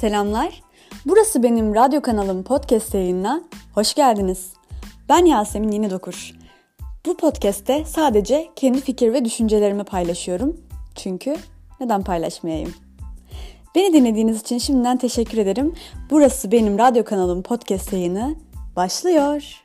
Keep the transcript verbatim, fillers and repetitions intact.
Selamlar. Burası benim radyo kanalım podcast yayınına hoş geldiniz. Ben Yasemin Yenidokur. Bu podcast'te sadece kendi fikir ve düşüncelerimi paylaşıyorum. Çünkü neden paylaşmayayım? Beni dinlediğiniz için şimdiden teşekkür ederim. Burası benim radyo kanalım podcast yayını başlıyor.